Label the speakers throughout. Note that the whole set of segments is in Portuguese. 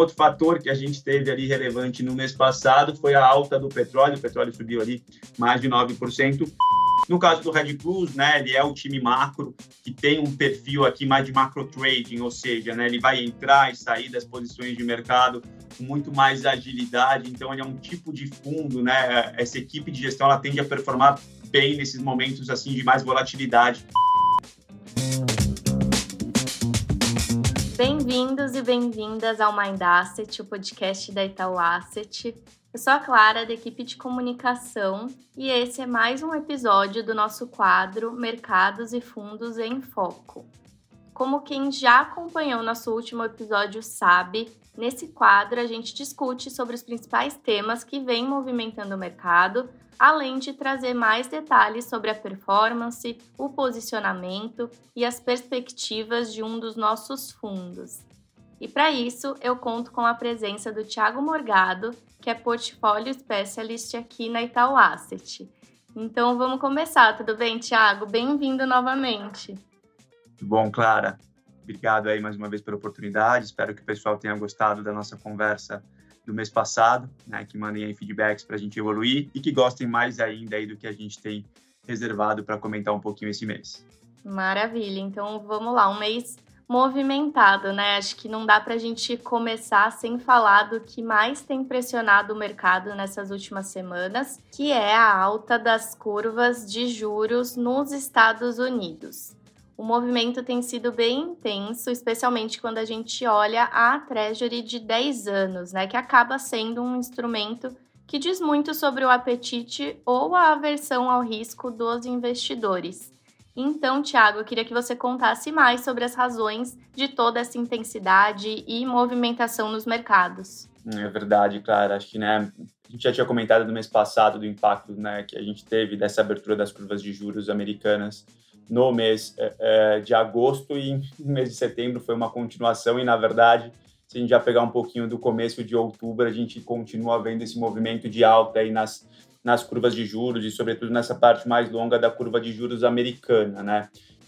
Speaker 1: outro fator que a gente teve ali relevante no mês passado foi a alta do petróleo. O petróleo subiu ali mais de 9%. No caso do Red Plus, né, ele é o time macro que tem um perfil aqui mais de macro trading, ou seja, né, ele vai entrar e sair das posições de mercado com muito mais agilidade. Então, ele é um tipo de fundo, né? Essa equipe de gestão ela tende a performar bem nesses momentos assim de mais volatilidade.
Speaker 2: Bem-vindos e bem-vindas ao Mind Asset, o podcast da Itaú Asset. Eu sou a Clara, da equipe de comunicação, e esse é mais um episódio do nosso quadro Mercados e Fundos em Foco. Como quem já acompanhou nosso último episódio sabe, nesse quadro a gente discute sobre os principais temas que vêm movimentando o mercado, além de trazer mais detalhes sobre a performance, o posicionamento e as perspectivas de um dos nossos fundos. E para isso, eu conto com a presença do Thiago Morgado, que é Portfólio Specialist aqui na Itaú Asset. Então, vamos começar, tudo bem, Thiago? Bem-vindo novamente.
Speaker 1: Muito bom, Clara. Obrigado aí mais uma vez pela oportunidade. Espero que o pessoal tenha gostado da nossa conversa do mês passado, né? Que mandem aí feedbacks para a gente evoluir e que gostem mais ainda aí do que a gente tem reservado para comentar um pouquinho esse mês.
Speaker 2: Maravilha. Então, vamos lá. Um mês movimentado, né? Acho que não dá para a gente começar sem falar do que mais tem pressionado o mercado nessas últimas semanas, que é a alta das curvas de juros nos Estados Unidos. O movimento tem sido bem intenso, especialmente quando a gente olha a Treasury de 10 anos, né? Que acaba sendo um instrumento que diz muito sobre o apetite ou a aversão ao risco dos investidores. Então, Thiago, eu queria que você contasse mais sobre as razões de toda essa intensidade e movimentação nos mercados.
Speaker 1: É verdade, Clara. Acho que, né, a gente já tinha comentado no mês passado do impacto, né, que a gente teve dessa abertura das curvas de juros americanas no mês de agosto, e no mês de setembro foi uma continuação e, na verdade, se a gente já pegar um pouquinho do começo de outubro, a gente continua vendo esse movimento de alta aí nas curvas de juros e, sobretudo, nessa parte mais longa da curva de juros americana, né?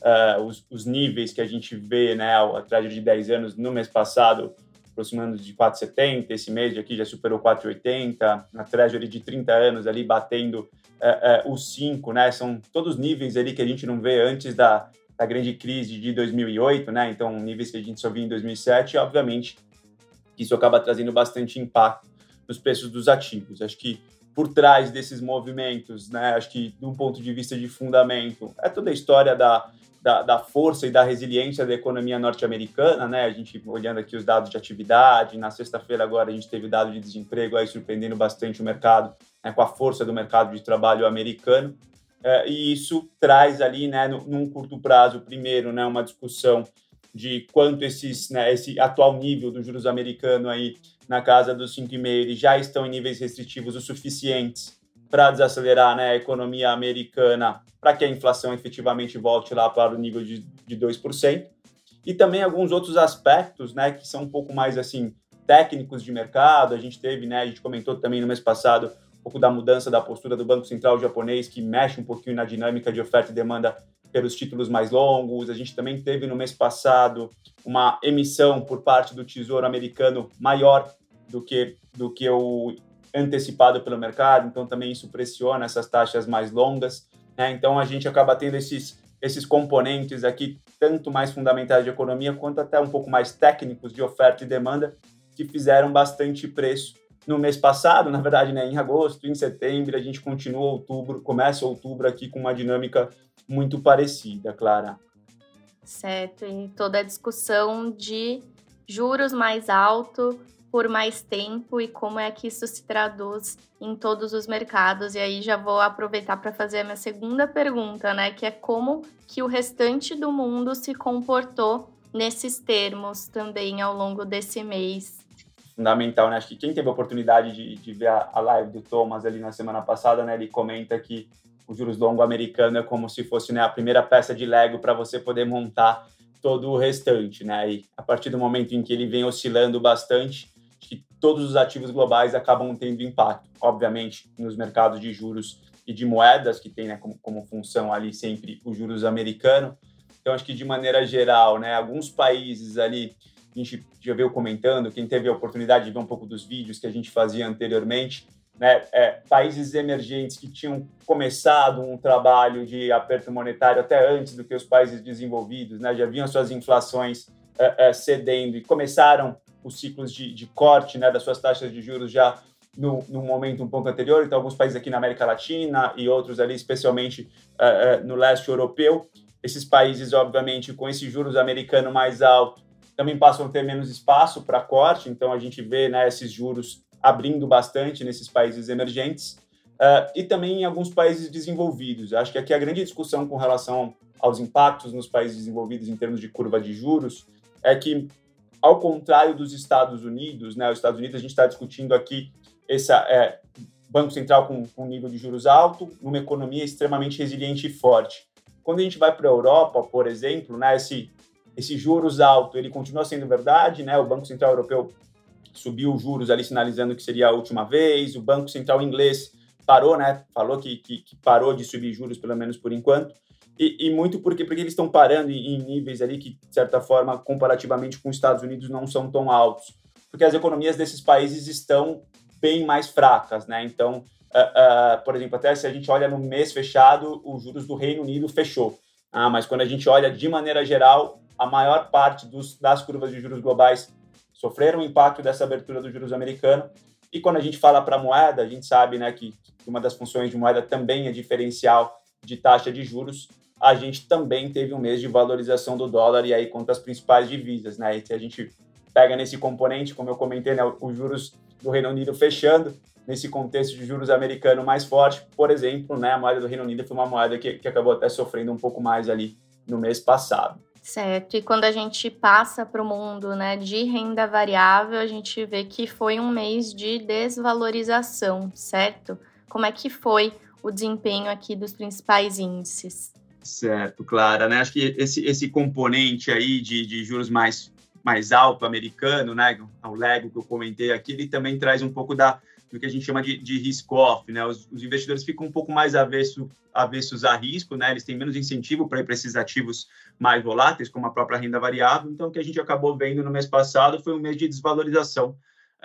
Speaker 1: Os níveis que a gente vê, né, a Treasury de 10 anos no mês passado, aproximando de 4,70, esse mês aqui já superou 4,80, a Treasury de 30 anos ali batendo os 5, né? São todos níveis ali que a gente não vê antes da grande crise de 2008, né? Então, níveis que a gente só via em 2007, e, obviamente, isso acaba trazendo bastante impacto nos preços dos ativos. Acho que por trás desses movimentos, né, acho que de um ponto de vista de fundamento, é toda a história da força e da resiliência da economia norte-americana, né? A gente olhando aqui os dados de atividade, na sexta-feira agora a gente teve o dado de desemprego aí surpreendendo bastante o mercado, né, com a força do mercado de trabalho americano, e isso traz ali, né, num curto prazo, primeiro, né, uma discussão de quanto esse atual nível dos juros americanos aí na casa dos 5,5, eles já estão em níveis restritivos o suficientes para desacelerar, né, a economia americana, para que a inflação efetivamente volte lá para o nível de 2%. E também alguns outros aspectos, né, que são um pouco mais assim técnicos de mercado. A gente teve, né, a gente comentou também no mês passado um pouco da mudança da postura do Banco Central japonês, que mexe um pouquinho na dinâmica de oferta e demanda pelos títulos mais longos. A gente também teve no mês passado uma emissão por parte do Tesouro americano maior do que o antecipado pelo mercado, então também isso pressiona essas taxas mais longas, né? Então a gente acaba tendo esses componentes aqui, tanto mais fundamentais de economia, quanto até um pouco mais técnicos de oferta e demanda, que fizeram bastante preço no mês passado, na verdade, né, em agosto, em setembro. A gente começa outubro aqui com uma dinâmica muito parecida, Clara.
Speaker 2: Certo, e toda a discussão de juros mais alto por mais tempo e como é que isso se traduz em todos os mercados. E aí já vou aproveitar para fazer a minha segunda pergunta, né, que é como que o restante do mundo se comportou nesses termos também ao longo desse mês.
Speaker 1: Fundamental, né? Acho que quem teve a oportunidade de ver a live do Thomas ali na semana passada, né, ele comenta que o juros longo americano é como se fosse, né, a primeira peça de Lego para você poder montar todo o restante, né? E a partir do momento em que ele vem oscilando bastante, acho que todos os ativos globais acabam tendo impacto, obviamente, nos mercados de juros e de moedas, que tem, né, como função ali sempre o juros americano. Então, acho que de maneira geral, né, alguns países ali a gente já veio comentando, quem teve a oportunidade de ver um pouco dos vídeos que a gente fazia anteriormente, né, países emergentes que tinham começado um trabalho de aperto monetário até antes do que os países desenvolvidos, né, já viam suas inflações cedendo e começaram os ciclos de corte, né, das suas taxas de juros já no momento um pouco anterior. Então, alguns países aqui na América Latina e outros ali, especialmente no leste europeu. Esses países, obviamente, com esses juros americanos mais altos, também passam a ter menos espaço para corte. Então, a gente vê, né, esses juros abrindo bastante nesses países emergentes e também em alguns países desenvolvidos. Acho que aqui a grande discussão com relação aos impactos nos países desenvolvidos em termos de curva de juros é que, ao contrário dos Estados Unidos, né, os Estados Unidos a gente está discutindo aqui esse Banco Central com nível de juros alto, numa economia extremamente resiliente e forte. Quando a gente vai para a Europa, por exemplo, né, esse juros alto, ele continua sendo verdade, né? O Banco Central Europeu subiu os juros ali, sinalizando que seria a última vez. O Banco Central inglês parou, né? Falou que parou de subir juros, pelo menos por enquanto. E muito porque eles estão parando em níveis ali que, de certa forma, comparativamente com os Estados Unidos, não são tão altos. Porque as economias desses países estão bem mais fracas, né? Então, por exemplo, até se a gente olha no mês fechado, os juros do Reino Unido fechou. Mas quando a gente olha de maneira geral, a maior parte das curvas de juros globais sofreram o impacto dessa abertura dos juros americanos. E quando a gente fala para a moeda, a gente sabe, né, que uma das funções de moeda também é diferencial de taxa de juros. A gente também teve um mês de valorização do dólar e aí contra as principais divisas, né? E se a gente pega nesse componente, como eu comentei, né, os juros do Reino Unido fechando, nesse contexto de juros americano mais forte, por exemplo, né, a moeda do Reino Unido foi uma moeda que acabou até sofrendo um pouco mais ali no mês passado.
Speaker 2: Certo, e quando a gente passa para o mundo, né, de renda variável, a gente vê que foi um mês de desvalorização, certo? Como é que foi o desempenho aqui dos principais índices?
Speaker 1: Certo, Clara, né? Acho que esse componente aí de juros mais alto americano, né, o Lego que eu comentei aqui, ele também traz um pouco do que a gente chama de risk-off, né? Os investidores ficam um pouco mais avessos a risco, né? Eles têm menos incentivo para ir para esses ativos mais voláteis, como a própria renda variável. Então, o que a gente acabou vendo no mês passado foi um mês de desvalorização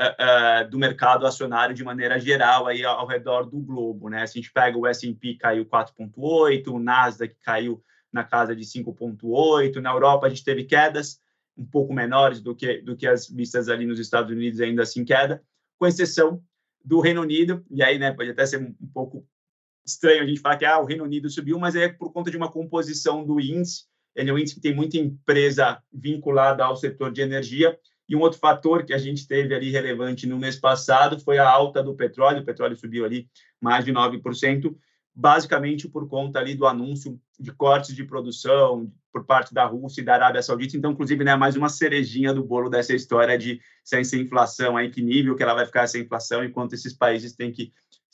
Speaker 1: do mercado acionário de maneira geral aí ao redor do globo, né? Se a gente pega o S&P caiu 4,8, o Nasdaq caiu na casa de 5,8, na Europa a gente teve quedas um pouco menores do que as vistas ali nos Estados Unidos, ainda assim queda, com exceção do Reino Unido, e aí, né, pode até ser um pouco estranho a gente falar que o Reino Unido subiu, mas é por conta de uma composição do índice. Ele é um índice que tem muita empresa vinculada ao setor de energia, e um outro fator que a gente teve ali relevante no mês passado foi a alta do petróleo. O petróleo subiu ali mais de 9%, basicamente por conta ali do anúncio de cortes de produção por parte da Rússia e da Arábia Saudita. Então, inclusive, né, mais uma cerejinha do bolo dessa história de se essa inflação, aí, que nível que ela vai ficar essa inflação, enquanto esses países têm que...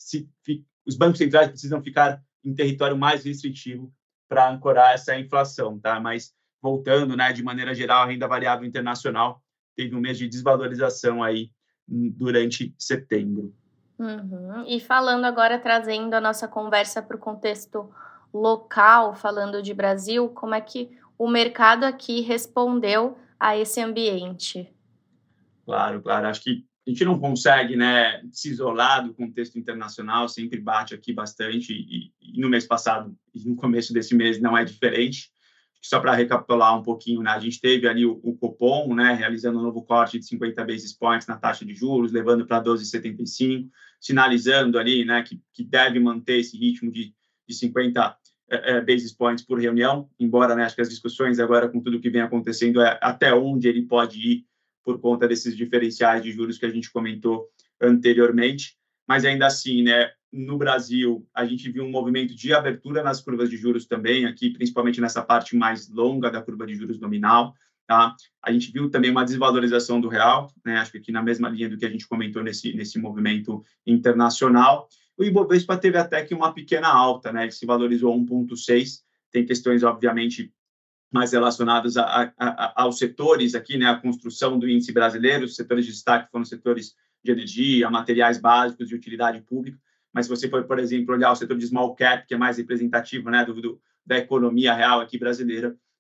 Speaker 1: os bancos centrais precisam ficar em território mais restritivo para ancorar essa inflação, tá? Mas, voltando, né, de maneira geral, a renda variável internacional teve um mês de desvalorização aí durante setembro.
Speaker 2: Uhum. E falando agora, trazendo a nossa conversa para o contexto local, falando de Brasil, como é que o mercado aqui respondeu a esse ambiente?
Speaker 1: Claro. Acho que a gente não consegue, né, se isolar do contexto internacional, sempre bate aqui bastante, e no mês passado e no começo desse mês não é diferente. Só para recapitular um pouquinho, né, a gente teve ali o Copom, né, realizando um novo corte de 50 basis points na taxa de juros, levando para 12,75, sinalizando ali, né, que deve manter esse ritmo de 50 basis points por reunião, embora, né, acho que as discussões agora com tudo que vem acontecendo é até onde ele pode ir por conta desses diferenciais de juros que a gente comentou anteriormente, mas ainda assim, né, no Brasil, a gente viu um movimento de abertura nas curvas de juros também, aqui, principalmente nessa parte mais longa da curva de juros nominal, tá? A gente viu também uma desvalorização do real, né? Acho que aqui na mesma linha do que a gente comentou nesse movimento internacional. O Ibovespa teve até que uma pequena alta, né? Ele se valorizou 1,6. Tem questões, obviamente, mais relacionadas aos setores aqui, né? A construção do índice brasileiro, os setores de destaque foram setores de energia, materiais básicos e utilidade pública. Mas se você for, por exemplo, olhar o setor de small cap, que é mais representativo, né, da economia real aqui brasileira,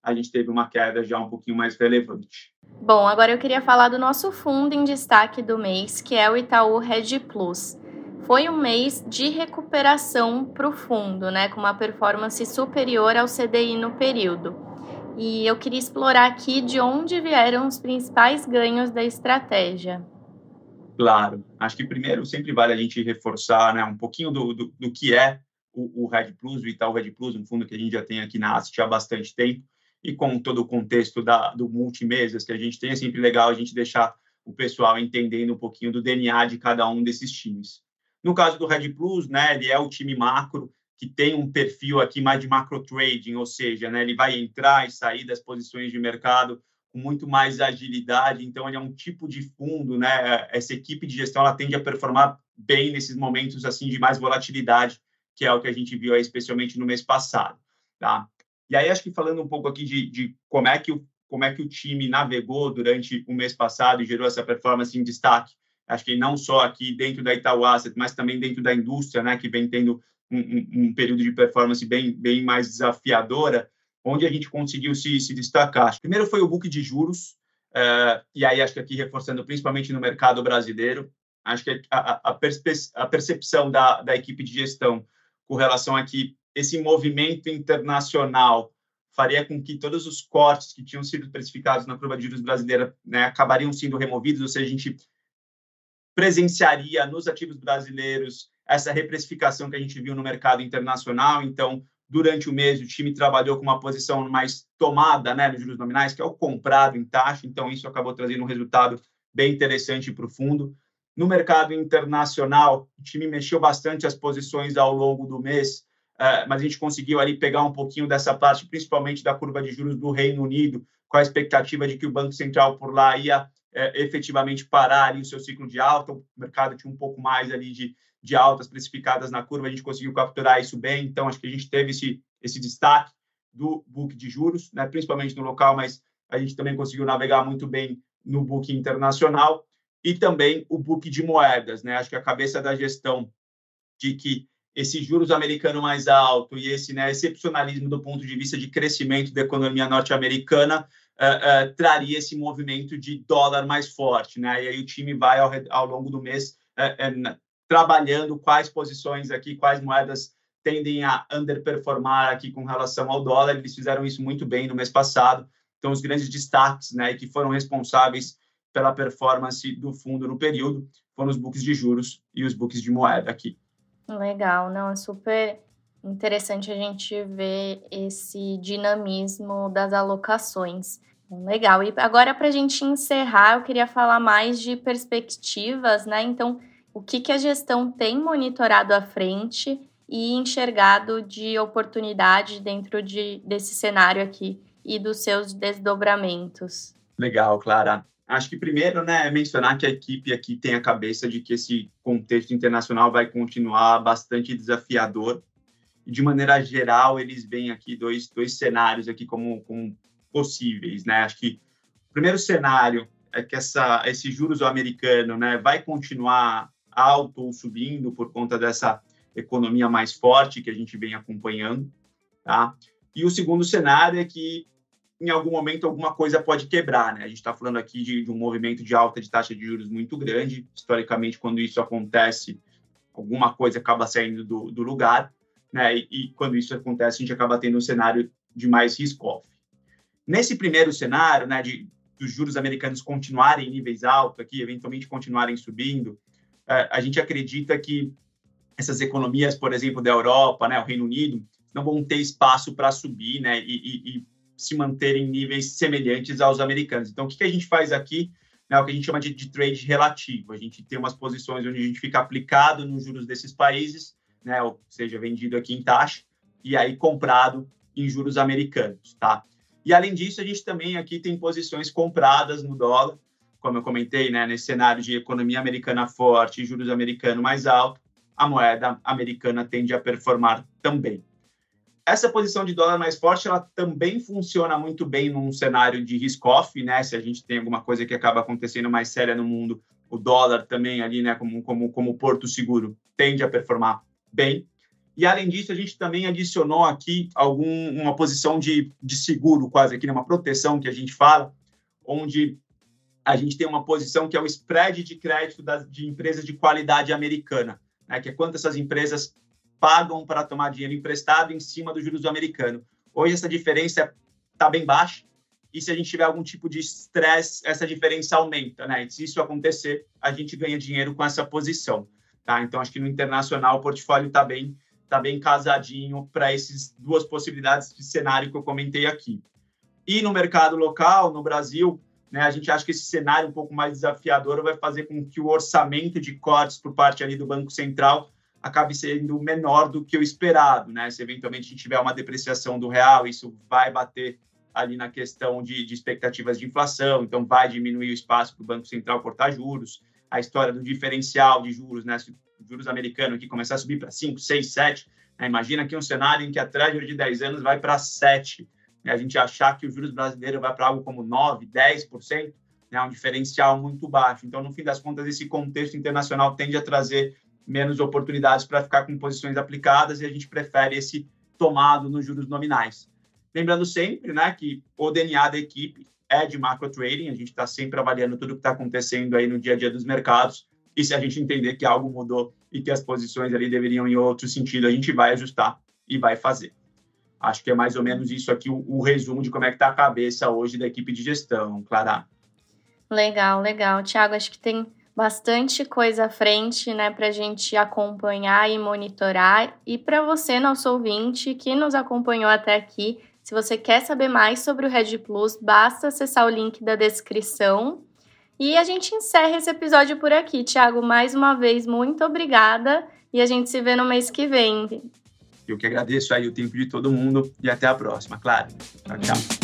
Speaker 1: a gente teve uma queda já um pouquinho mais relevante.
Speaker 2: Bom, agora eu queria falar do nosso fundo em destaque do mês, que é o Itaú Reg Plus. Foi um mês de recuperação para o fundo, né, com uma performance superior ao CDI no período. E eu queria explorar aqui de onde vieram os principais ganhos da estratégia.
Speaker 1: Claro, acho que primeiro sempre vale a gente reforçar, né, um pouquinho do que é o Reg Plus, o Itaú Reg Plus, um fundo que a gente já tem aqui na Asset há bastante tempo, e com todo o contexto do multimesas que a gente tem, é sempre legal a gente deixar o pessoal entendendo um pouquinho do DNA de cada um desses times. No caso do Reg Plus, né, ele é o time macro, que tem um perfil aqui mais de macro trading, ou seja, né, ele vai entrar e sair das posições de mercado com muito mais agilidade, então ele é um tipo de fundo, né, essa equipe de gestão ela tende a performar bem nesses momentos assim de mais volatilidade, que é o que a gente viu aí, especialmente no mês passado, tá? E aí acho que falando um pouco aqui de como é que o time navegou durante o mês passado e gerou essa performance em destaque, acho que não só aqui dentro da Itaú Asset, mas também dentro da indústria, né, que vem tendo um período de performance bem mais desafiadora, onde a gente conseguiu se destacar. Primeiro foi o book de juros, e aí acho que aqui reforçando principalmente no mercado brasileiro, acho que a percepção da equipe de gestão com relação a que esse movimento internacional faria com que todos os cortes que tinham sido precificados na curva de juros brasileira, né, acabariam sendo removidos, ou seja, a gente presenciaria nos ativos brasileiros essa reprecificação que a gente viu no mercado internacional. Então, durante o mês, o time trabalhou com uma posição mais tomada, né, nos juros nominais, que é o comprado em taxa. Então, isso acabou trazendo um resultado bem interessante para o fundo. No mercado internacional, o time mexeu bastante as posições ao longo do mês, mas a gente conseguiu ali pegar um pouquinho dessa parte, principalmente da curva de juros do Reino Unido, com a expectativa de que o Banco Central por lá ia efetivamente parar ali o seu ciclo de alta. O mercado tinha um pouco mais ali de altas precificadas na curva, a gente conseguiu capturar isso bem. Então, acho que a gente teve esse destaque do book de juros, né, principalmente no local, mas a gente também conseguiu navegar muito bem no book internacional e também o book de moedas, né? Acho que a cabeça da gestão de que esse juros americano mais alto e esse, né, excepcionalismo do ponto de vista de crescimento da economia norte-americana traria esse movimento de dólar mais forte, né? E aí o time vai ao longo do mês trabalhando quais posições aqui, quais moedas tendem a underperformar aqui com relação ao dólar. Eles fizeram isso muito bem no mês passado. Então, os grandes destaques, né, que foram responsáveis pela performance do fundo no período foram os books de juros e os books de moeda aqui.
Speaker 2: Legal, não, é super interessante a gente ver esse dinamismo das alocações. Legal, e agora para a gente encerrar, eu queria falar mais de perspectivas, né? Então, o que a gestão tem monitorado à frente e enxergado de oportunidade dentro desse cenário aqui e dos seus desdobramentos?
Speaker 1: Legal, Clara. Acho que primeiro, né, é mencionar que a equipe aqui tem a cabeça de que esse contexto internacional vai continuar bastante desafiador. E, de maneira geral, eles veem aqui dois cenários aqui como possíveis, né? Acho que o primeiro cenário é que esse juros americano, né, vai continuar alto ou subindo por conta dessa economia mais forte que a gente vem acompanhando, tá? E o segundo cenário é que em algum momento alguma coisa pode quebrar, né? A gente está falando aqui de um movimento de alta de taxa de juros muito grande. Historicamente, quando isso acontece, alguma coisa acaba saindo do lugar, né? E quando isso acontece, a gente acaba tendo um cenário de mais risk-off. Nesse primeiro cenário, né, dos juros americanos continuarem em níveis altos aqui, eventualmente continuarem subindo, a gente acredita que essas economias, por exemplo, da Europa, né, o Reino Unido, não vão ter espaço para subir, né, e se manter em níveis semelhantes aos americanos. Então, o que a gente faz aqui, né, é o que a gente chama de trade relativo. A gente tem umas posições onde a gente fica aplicado nos juros desses países, né, ou seja, vendido aqui em taxa, e aí comprado em juros americanos, tá? E, além disso, a gente também aqui tem posições compradas no dólar, como eu comentei, né, nesse cenário de economia americana forte e juros americano mais alto, a moeda americana tende a performar também. Essa posição de dólar mais forte, ela também funciona muito bem num cenário de risk-off, né? Se a gente tem alguma coisa que acaba acontecendo mais séria no mundo, o dólar também ali, né, como porto seguro, tende a performar bem. E, além disso, a gente também adicionou aqui uma posição de seguro, quase aqui, uma proteção que a gente fala, onde a gente tem uma posição que é o spread de crédito de empresas de qualidade americana, né, que é quanto essas empresas pagam para tomar dinheiro emprestado em cima do juros americano. Hoje, essa diferença está bem baixa, e se a gente tiver algum tipo de estresse, essa diferença aumenta, né? E se isso acontecer, a gente ganha dinheiro com essa posição, tá? Então, acho que no internacional o portfólio está bem casadinho para essas duas possibilidades de cenário que eu comentei aqui. E no mercado local, no Brasil, né, a gente acha que esse cenário um pouco mais desafiador vai fazer com que o orçamento de cortes por parte ali do Banco Central acabe sendo menor do que o esperado, né? Se eventualmente a gente tiver uma depreciação do real, isso vai bater ali na questão de expectativas de inflação, então vai diminuir o espaço para o Banco Central cortar juros. A história do diferencial de juros, né? Se o juros americano aqui começar a subir para 5, 6, 7, né? Imagina aqui um cenário em que a Treasury de 10 anos vai para 7, né? A gente achar que o juros brasileiro vai para algo como 9, 10%, né? Um diferencial muito baixo. Então, no fim das contas, esse contexto internacional tende a trazer menos oportunidades para ficar com posições aplicadas e a gente prefere esse tomado nos juros nominais. Lembrando sempre, né, que o DNA da equipe é de macro trading, a gente está sempre avaliando tudo que está acontecendo aí no dia a dia dos mercados, e se a gente entender que algo mudou e que as posições ali deveriam ir em outro sentido, a gente vai ajustar e vai fazer. Acho que é mais ou menos isso aqui o resumo de como é que está a cabeça hoje da equipe de gestão, Clara.
Speaker 2: Legal. Thiago, acho que tem bastante coisa à frente, né, para a gente acompanhar e monitorar. E para você, nosso ouvinte, que nos acompanhou até aqui, se você quer saber mais sobre o Hedge Plus, basta acessar o link da descrição. E a gente encerra esse episódio por aqui. Thiago, mais uma vez, muito obrigada e a gente se vê no mês que vem.
Speaker 1: Eu que agradeço aí o tempo de todo mundo e até a próxima, claro. Tchau.